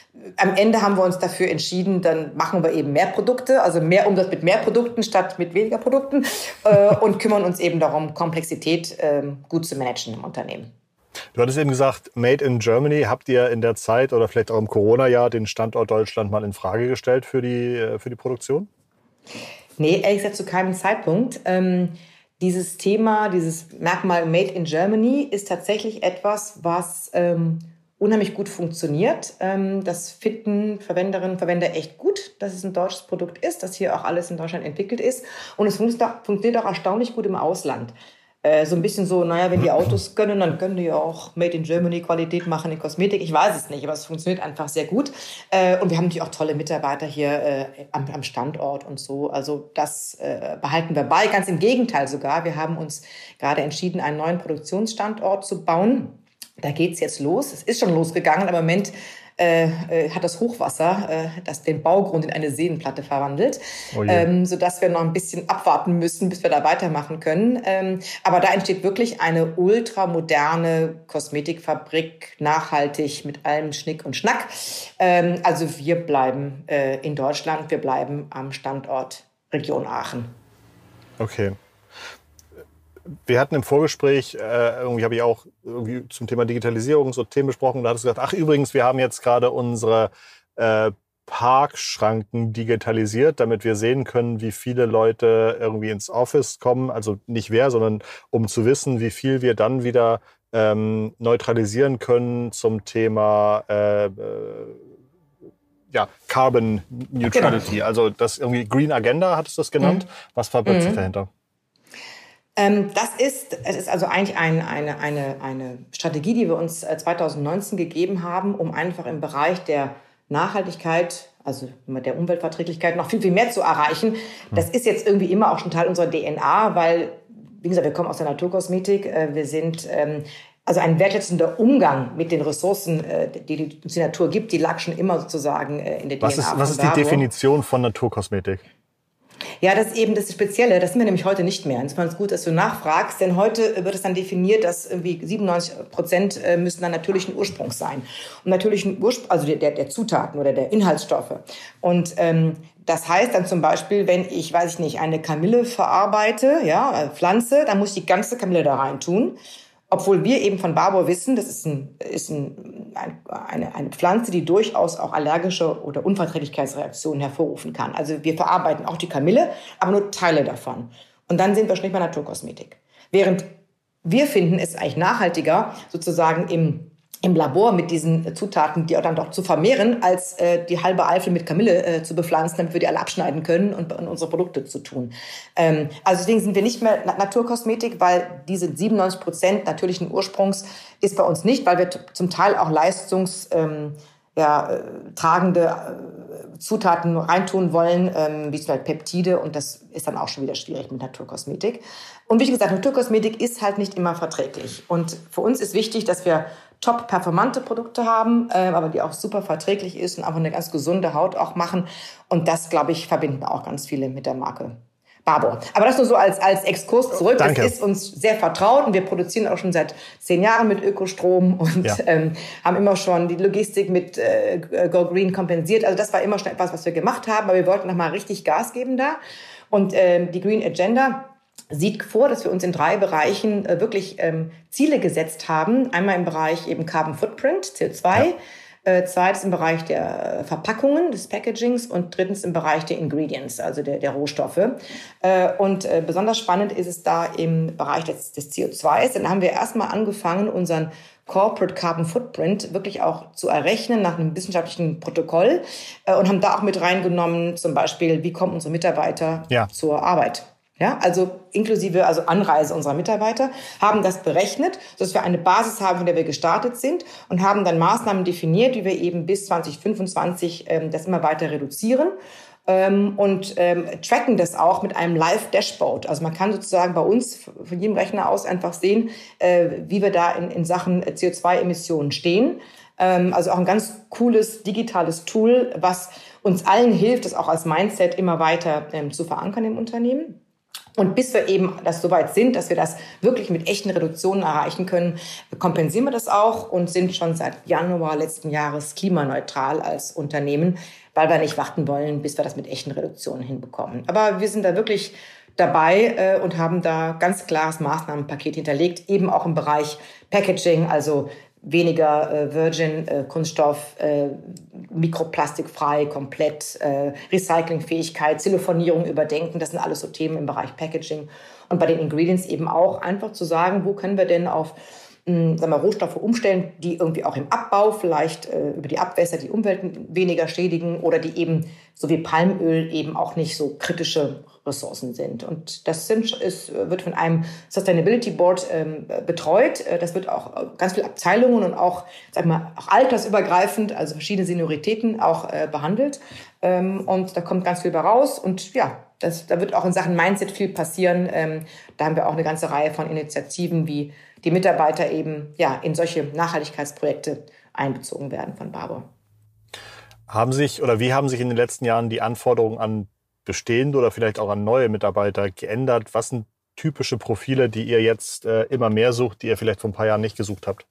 am Ende haben wir uns dafür entschieden, dann machen wir eben mehr Produkte, also mehr Umsatz mit mehr Produkten statt mit weniger Produkten äh, und kümmern uns eben darum, Komplexität äh, gut zu managen im Unternehmen. Du hattest eben gesagt, Made in Germany. Habt ihr in der Zeit oder vielleicht auch im Corona-Jahr den Standort Deutschland mal in Frage gestellt für die, für die Produktion? Nee, ehrlich gesagt zu keinem Zeitpunkt. Ähm, dieses Thema, dieses Merkmal Made in Germany ist tatsächlich etwas, was ähm, unheimlich gut funktioniert. Das finden Verwenderinnen und Verwender echt gut, dass es ein deutsches Produkt ist, dass hier auch alles in Deutschland entwickelt ist. Und es funktioniert auch erstaunlich gut im Ausland. So ein bisschen so, naja, wenn die Autos können, dann können die ja auch Made in Germany Qualität machen in Kosmetik. Ich weiß es nicht, aber es funktioniert einfach sehr gut. Und wir haben natürlich auch tolle Mitarbeiter hier am Standort und so. Also das behalten wir bei. Ganz im Gegenteil sogar. Wir haben uns gerade entschieden, einen neuen Produktionsstandort zu bauen. Da geht's jetzt los. Es ist schon losgegangen, aber im Moment äh, äh, hat das Hochwasser äh, das den Baugrund in eine Seenplatte verwandelt, oh ähm, sodass wir noch ein bisschen abwarten müssen, bis wir da weitermachen können. Ähm, aber da entsteht wirklich eine ultramoderne Kosmetikfabrik, nachhaltig mit allem Schnick und Schnack. Ähm, also wir bleiben äh, in Deutschland, wir bleiben am Standort Region Aachen. Okay. Wir hatten im Vorgespräch, äh, irgendwie habe ich auch irgendwie zum Thema Digitalisierung so Themen besprochen. Da hattest du gesagt, ach übrigens, wir haben jetzt gerade unsere äh, Parkschranken digitalisiert, damit wir sehen können, wie viele Leute irgendwie ins Office kommen. Also nicht wer, sondern um zu wissen, wie viel wir dann wieder ähm, neutralisieren können zum Thema äh, ja, Carbon Neutrality, genau. Also das irgendwie Green Agenda, hattest du das genannt. Mhm. Was verbirgt sich mhm. dahinter? Ähm, das ist, es ist also eigentlich ein, eine, eine, eine Strategie, die wir uns zwanzig neunzehn gegeben haben, um einfach im Bereich der Nachhaltigkeit, also der Umweltverträglichkeit, noch viel, viel mehr zu erreichen. Das ist jetzt irgendwie immer auch schon Teil unserer D N A, weil, wie gesagt, wir kommen aus der Naturkosmetik. Wir sind, also ein wertschätzender Umgang mit den Ressourcen, die uns die Natur gibt, die lag schon immer sozusagen in der was D N A. Ist, was ist die Definition von Naturkosmetik? Ja, das ist eben das Spezielle. Das sind wir nämlich heute nicht mehr. Insofern ist es gut, dass du nachfragst, denn heute wird es dann definiert, dass irgendwie siebenundneunzig Prozent müssen dann natürlichen Ursprungs sein. Und natürlichen Ursprung, also der, der Zutaten oder der Inhaltsstoffe. Und ähm, das heißt dann zum Beispiel, wenn ich, weiß ich nicht, eine Kamille verarbeite, ja, Pflanze, dann muss ich die ganze Kamille da rein tun. Obwohl wir eben von Barbour wissen, das ist, ein, ist ein, eine, eine Pflanze, die durchaus auch allergische oder Unverträglichkeitsreaktionen hervorrufen kann. Also wir verarbeiten auch die Kamille, aber nur Teile davon. Und dann sind wir schon nicht bei Naturkosmetik. Während wir finden, es eigentlich nachhaltiger, sozusagen im im Labor mit diesen Zutaten, die auch dann doch zu vermehren, als äh, die halbe Eifel mit Kamille äh, zu bepflanzen, damit wir die alle abschneiden können und, und unsere Produkte zu tun. Ähm, also deswegen sind wir nicht mehr Naturkosmetik, weil diese siebenundneunzig Prozent natürlichen Ursprungs ist bei uns nicht, weil wir t- zum Teil auch leistungs ähm, ja, äh, tragende äh, Zutaten reintun wollen, ähm, wie zum Beispiel Peptide, und das ist dann auch schon wieder schwierig mit Naturkosmetik. Und wie gesagt, Naturkosmetik ist halt nicht immer verträglich. Und für uns ist wichtig, dass wir top-performante Produkte haben, äh, aber die auch super verträglich ist und einfach eine ganz gesunde Haut auch machen. Und das, glaube ich, verbinden auch ganz viele mit der Marke Barbour. Aber das nur so als, als Exkurs zurück. Danke. Das ist uns sehr vertraut und wir produzieren auch schon seit zehn Jahren mit Ökostrom und ja. ähm, haben immer schon die Logistik mit äh, Go Green kompensiert. Also das war immer schon etwas, was wir gemacht haben, aber wir wollten nochmal richtig Gas geben da. Und ähm, die Green Agenda sieht vor, dass wir uns in drei Bereichen äh, wirklich ähm, Ziele gesetzt haben. Einmal im Bereich eben Carbon Footprint, C O zwei, ja. äh, zweitens im Bereich der Verpackungen, des Packagings und drittens im Bereich der Ingredients, also der, der Rohstoffe. Äh, und äh, besonders spannend ist es da im Bereich des, des C O zwei. Dann haben wir erstmal angefangen, unseren Corporate Carbon Footprint wirklich auch zu errechnen nach einem wissenschaftlichen Protokoll äh, und haben da auch mit reingenommen, zum Beispiel, wie kommen unsere Mitarbeiter ja. zur Arbeit. Ja, also inklusive also Anreise unserer Mitarbeiter, haben das berechnet, sodass wir eine Basis haben, von der wir gestartet sind und haben dann Maßnahmen definiert, wie wir eben bis zwanzig fünfundzwanzig ähm, das immer weiter reduzieren ähm, und ähm, tracken das auch mit einem Live-Dashboard. Also man kann sozusagen bei uns von jedem Rechner aus einfach sehen, äh, wie wir da in, in Sachen C O zwei Emissionen stehen. Ähm, also auch ein ganz cooles digitales Tool, was uns allen hilft, das auch als Mindset immer weiter ähm, zu verankern im Unternehmen. Und bis wir eben das soweit sind, dass wir das wirklich mit echten Reduktionen erreichen können, kompensieren wir das auch und sind schon seit Januar letzten Jahres klimaneutral als Unternehmen, weil wir nicht warten wollen, bis wir das mit echten Reduktionen hinbekommen. Aber wir sind da wirklich dabei äh, und haben da ganz klares Maßnahmenpaket hinterlegt, eben auch im Bereich Packaging, also weniger äh, Virgin-Kunststoff, äh, äh, mikroplastikfrei, komplett, äh, Recyclingfähigkeit, Zellophanierung überdenken. Das sind alles so Themen im Bereich Packaging. Und bei den Ingredients eben auch einfach zu sagen, wo können wir denn auf mh, sagen wir, Rohstoffe umstellen, die irgendwie auch im Abbau vielleicht äh, über die Abwässer die Umwelt weniger schädigen oder die eben, so wie Palmöl, eben auch nicht so kritische Ressourcen sind. Und das sind, ist, wird von einem Sustainability Board ähm, betreut. Das wird auch ganz viele Abteilungen und auch, sag mal, auch altersübergreifend, also verschiedene Senioritäten auch äh, behandelt. Ähm, und da kommt ganz viel bei raus. Und ja, das, da wird auch in Sachen Mindset viel passieren. Ähm, da haben wir auch eine ganze Reihe von Initiativen, wie die Mitarbeiter eben ja in solche Nachhaltigkeitsprojekte einbezogen werden von Barbour. Haben sich oder wie haben sich in den letzten Jahren die Anforderungen an bestehende oder vielleicht auch an neue Mitarbeiter geändert? Was sind typische Profile, die ihr jetzt äh, immer mehr sucht, die ihr vielleicht vor ein paar Jahren nicht gesucht habt?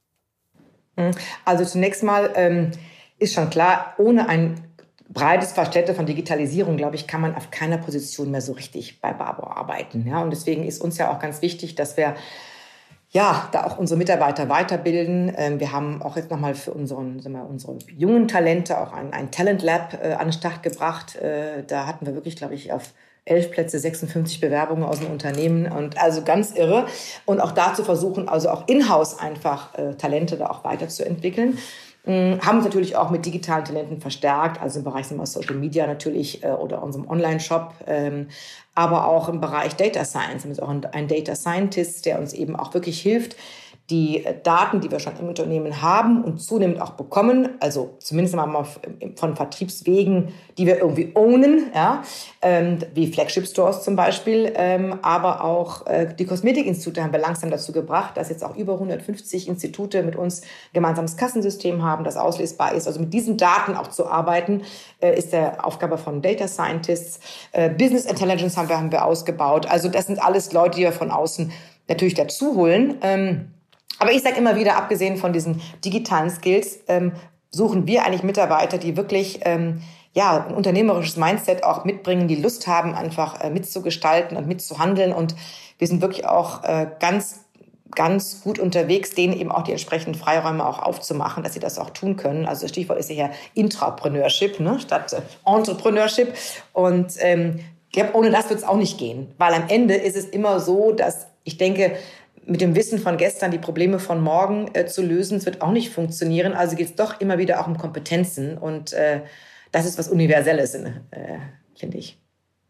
Also zunächst mal ähm, ist schon klar, ohne ein breites Verständnis von Digitalisierung, glaube ich, kann man auf keiner Position mehr so richtig bei Barbour arbeiten. Ja? Und deswegen ist uns ja auch ganz wichtig, dass wir ja, da auch unsere Mitarbeiter weiterbilden. Wir haben auch jetzt nochmal für unseren, sagen wir, unsere jungen Talente auch ein, ein Talent Lab äh, an den Start gebracht. Äh, da hatten wir wirklich, glaube ich, auf elf Plätze sechsundfünfzig Bewerbungen aus dem Unternehmen und also ganz irre. Und auch da zu versuchen, also auch in-house einfach äh, Talente da auch weiterzuentwickeln. haben uns natürlich auch mit digitalen Talenten verstärkt, also im Bereich sagen wir, Social Media natürlich äh, oder unserem Online-Shop, ähm, aber auch im Bereich Data Science. Wir haben jetzt auch einen, einen Data Scientist, der uns eben auch wirklich hilft, die Daten, die wir schon im Unternehmen haben und zunehmend auch bekommen, also zumindest mal von Vertriebswegen, die wir irgendwie ownen, ja, ähm, wie Flagship-Stores zum Beispiel, ähm, aber auch äh, die Kosmetikinstitute haben wir langsam dazu gebracht, dass jetzt auch über hundertfünfzig Institute mit uns ein gemeinsames Kassensystem haben, das auslesbar ist. Also mit diesen Daten auch zu arbeiten, äh, ist der Aufgabe von Data Scientists. Äh, Business Intelligence haben wir, haben wir ausgebaut. Also das sind alles Leute, die wir von außen natürlich dazu holen. Ähm, Aber ich sage immer wieder, abgesehen von diesen digitalen Skills, ähm, suchen wir eigentlich Mitarbeiter, die wirklich ähm, ja, ein unternehmerisches Mindset auch mitbringen, die Lust haben, einfach äh, mitzugestalten und mitzuhandeln. Und wir sind wirklich auch äh, ganz, ganz gut unterwegs, denen eben auch die entsprechenden Freiräume auch aufzumachen, dass sie das auch tun können. Also das Stichwort ist ja Intrapreneurship, ne, statt äh, Entrepreneurship. Und ähm, ich glaube, ohne das wird es auch nicht gehen. Weil am Ende ist es immer so, dass ich denke, mit dem Wissen von gestern die Probleme von morgen äh, zu lösen, es wird auch nicht funktionieren. Also geht es doch immer wieder auch um Kompetenzen. Und äh, das ist was Universelles, äh, finde ich.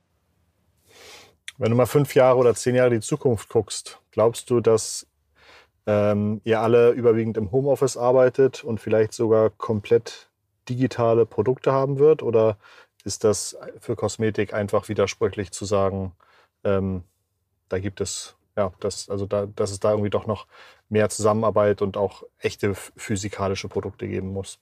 Wenn du mal fünf Jahre oder zehn Jahre in die Zukunft guckst, glaubst du, dass ähm, ihr alle überwiegend im Homeoffice arbeitet und vielleicht sogar komplett digitale Produkte haben wird? Oder ist das für Kosmetik einfach widersprüchlich zu sagen, ähm, da gibt es... Ja, das, also da, dass es da irgendwie doch noch mehr Zusammenarbeit und auch echte physikalische Produkte geben muss.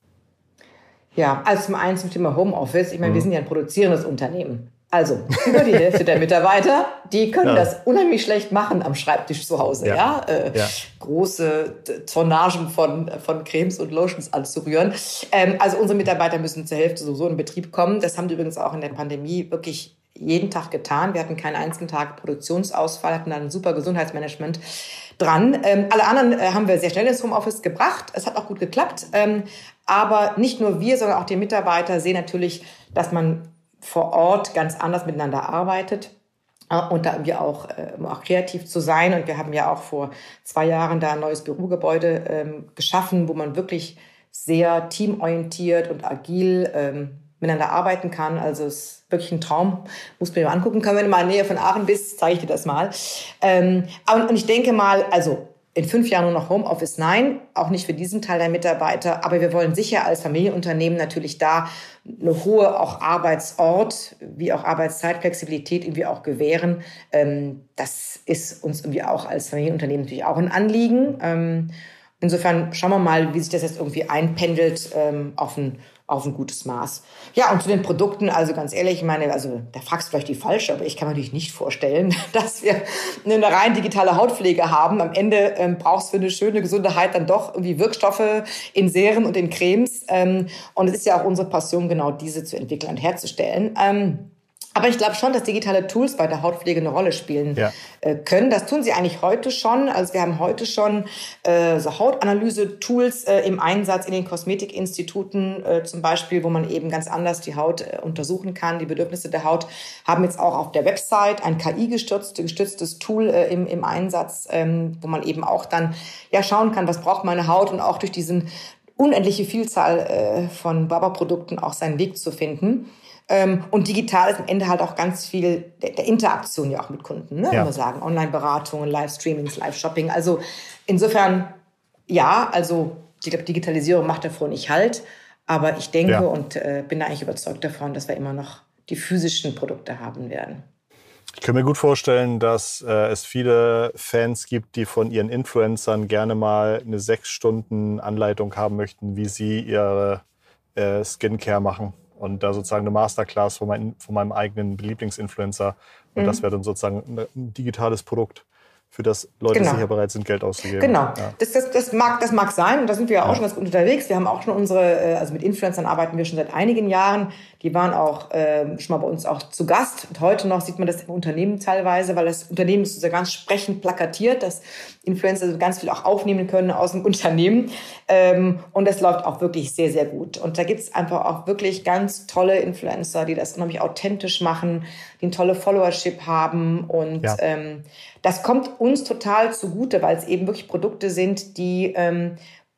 Ja, also zum einen zum Thema Homeoffice. Ich meine, mhm. wir sind ja ein produzierendes Unternehmen. Also über die Hälfte der Mitarbeiter, die können ja. das unheimlich schlecht machen am Schreibtisch zu Hause. Ja, ja? Äh, ja. Große Tonnagen von, von Cremes und Lotions anzurühren. Ähm, also unsere Mitarbeiter müssen zur Hälfte sowieso in Betrieb kommen. Das haben die übrigens auch in der Pandemie wirklich jeden Tag getan. Wir hatten keinen einzigen Tag Produktionsausfall, hatten dann ein super Gesundheitsmanagement dran. Ähm, alle anderen äh, haben wir sehr schnell ins Homeoffice gebracht. Es hat auch gut geklappt. Ähm, aber nicht nur wir, sondern auch die Mitarbeiter sehen natürlich, dass man vor Ort ganz anders miteinander arbeitet äh, und da irgendwie auch, äh, auch kreativ zu sein. Und wir haben ja auch vor zwei Jahren da ein neues Bürogebäude ähm, geschaffen, wo man wirklich sehr teamorientiert und agil ähm, miteinander arbeiten kann. Also es ist wirklich ein Traum. Muss mir mal angucken. Können, wenn du mal in der Nähe von Aachen bist, zeige ich dir das mal. Ähm, und ich denke mal, also in fünf Jahren nur noch Homeoffice, nein, auch nicht für diesen Teil der Mitarbeiter. Aber wir wollen sicher als Familienunternehmen natürlich da eine hohe auch Arbeitsort, wie auch Arbeitszeitflexibilität irgendwie auch gewähren. Ähm, das ist uns irgendwie auch als Familienunternehmen natürlich auch ein Anliegen. Ähm, insofern schauen wir mal, wie sich das jetzt irgendwie einpendelt ähm, auf ein auf ein gutes Maß. Ja, und zu den Produkten, also ganz ehrlich, ich meine, also da fragst du vielleicht die Falsche, aber ich kann mir natürlich nicht vorstellen, dass wir eine rein digitale Hautpflege haben. Am Ende ähm, brauchst du für eine schöne, gesunde Haut dann doch irgendwie Wirkstoffe in Serien und in Cremes. Ähm, und es ist ja auch unsere Passion, genau diese zu entwickeln und herzustellen. Ähm, Aber ich glaube schon, dass digitale Tools bei der Hautpflege eine Rolle spielen ja. äh, können. Das tun sie eigentlich heute schon. Also wir haben heute schon äh, so Hautanalyse-Tools äh, im Einsatz in den Kosmetikinstituten äh, zum Beispiel, wo man eben ganz anders die Haut äh, untersuchen kann, die Bedürfnisse der Haut. Haben jetzt auch auf der Website ein K I-gestütztes Tool äh, im, im Einsatz, ähm, wo man eben auch dann ja schauen kann, was braucht meine Haut und auch durch diesen unendliche Vielzahl äh, von Baba-Produkten auch seinen Weg zu finden. Ähm, und digital ist am Ende halt auch ganz viel der, der Interaktion ja auch mit Kunden, ne? Ja. Wenn wir sagen, Online-Beratungen, Live-Streamings, Live-Shopping. Also insofern, ja, also ich glaube, Digitalisierung macht davor nicht Halt. Aber ich denke ja. und äh, bin da eigentlich überzeugt davon, dass wir immer noch die physischen Produkte haben werden. Ich kann mir gut vorstellen, dass äh, es viele Fans gibt, die von ihren Influencern gerne mal eine sechs Stunden Anleitung haben möchten, wie sie ihre äh, Skincare machen. Und da sozusagen eine Masterclass von, mein, von meinem eigenen Lieblingsinfluencer. Und mhm. das wäre dann sozusagen ein digitales Produkt, für das Leute genau. sicher bereit sind, Geld auszugeben. Genau, ja. das, das, das, mag, das mag sein. Und da sind wir ja auch ja. schon ganz gut unterwegs. Wir haben auch schon unsere, also mit Influencern arbeiten wir schon seit einigen Jahren. Die waren auch äh, schon mal bei uns auch zu Gast. Und heute noch sieht man das im Unternehmen teilweise, weil das Unternehmen ist so ganz sprechend plakatiert, dass Influencer so ganz viel auch aufnehmen können aus dem Unternehmen. Ähm, und das läuft auch wirklich sehr, sehr gut. Und da gibt es einfach auch wirklich ganz tolle Influencer, die das unheimlich authentisch machen, die eine tolle Followership haben. Und ja. ähm, das kommt uns total zugute, weil es eben wirklich Produkte sind, die ähm,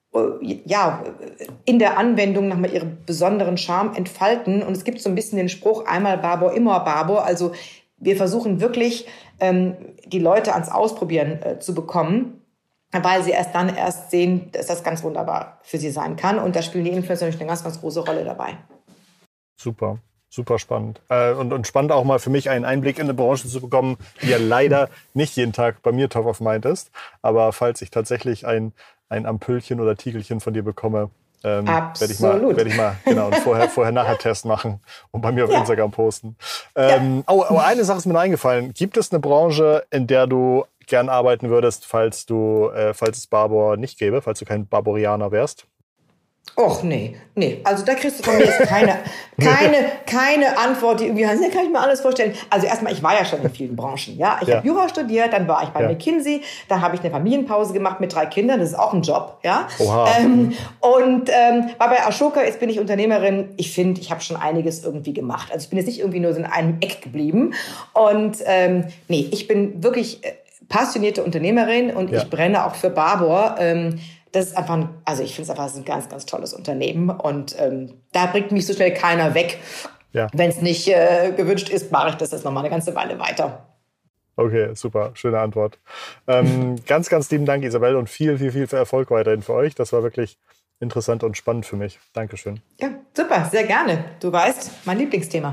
ja, in der Anwendung nochmal ihren besonderen Charme entfalten. Und es gibt so ein bisschen den Spruch, einmal Barbour, immer Barbour. Also wir versuchen wirklich, ähm, die Leute ans Ausprobieren äh, zu bekommen, weil sie erst dann erst sehen, dass das ganz wunderbar für sie sein kann. Und da spielen die Influencer natürlich eine ganz, ganz große Rolle dabei. Super. Super spannend. Äh, und, und spannend auch mal für mich einen Einblick in eine Branche zu bekommen, die ja leider nicht jeden Tag bei mir top of mind ist. Aber falls ich tatsächlich ein, ein Ampüllchen oder Tiegelchen von dir bekomme, ähm, werde ich mal, werd ich mal genau, einen vorher, vorher-nachher-Test machen und bei mir auf ja. Instagram posten. Ähm, ja. oh, oh, eine Sache ist mir noch eingefallen. Gibt es eine Branche, in der du gern arbeiten würdest, falls, du, äh, falls es Barbour nicht gäbe, falls du kein Barbourianer wärst? Och, nee, nee. Also da kriegst du von mir jetzt keine, keine, keine Antwort, die irgendwie heißt, da kann ich mir alles vorstellen. Also erstmal, ich war ja schon in vielen Branchen. Ja, ich ja. habe Jura studiert, dann war ich bei ja. McKinsey, dann habe ich eine Familienpause gemacht mit drei Kindern, das ist auch ein Job. Ja. Oha. Ähm, und ähm, war bei Ashoka, jetzt bin ich Unternehmerin. Ich finde, ich habe schon einiges irgendwie gemacht. Also ich bin jetzt nicht irgendwie nur so in einem Eck geblieben. Und ähm, nee, ich bin wirklich passionierte Unternehmerin und ja. ich brenne auch für Barbour. Ähm, Das ist einfach, ein, also ich finde es einfach ein ganz, ganz tolles Unternehmen und ähm, da bringt mich so schnell keiner weg. Ja. Wenn es nicht äh, gewünscht ist, mache ich das jetzt noch mal eine ganze Weile weiter. Okay, super, schöne Antwort. Ähm, ganz, ganz lieben Dank, Isabel, und viel, viel, viel Erfolg weiterhin für euch. Das war wirklich interessant und spannend für mich. Dankeschön. Ja, super, sehr gerne. Du weißt, mein Lieblingsthema.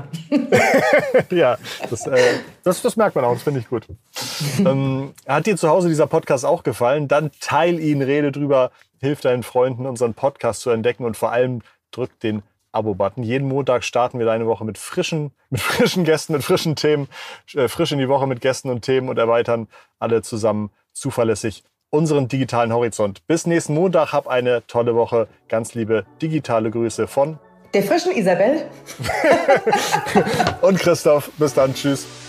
Ja, das, äh, das, das merkt man auch, das finde ich gut. ähm, hat dir zu Hause dieser Podcast auch gefallen? Dann teil ihn, rede drüber, hilf deinen Freunden, unseren Podcast zu entdecken und vor allem drück den Abo-Button. Jeden Montag starten wir deine Woche mit frischen, mit frischen Gästen, mit frischen Themen, äh, frisch in die Woche mit Gästen und Themen und erweitern alle zusammen zuverlässig unseren digitalen Horizont. Bis nächsten Montag, hab eine tolle Woche. Ganz liebe digitale Grüße von der frischen Isabel und Christoph. Bis dann, tschüss.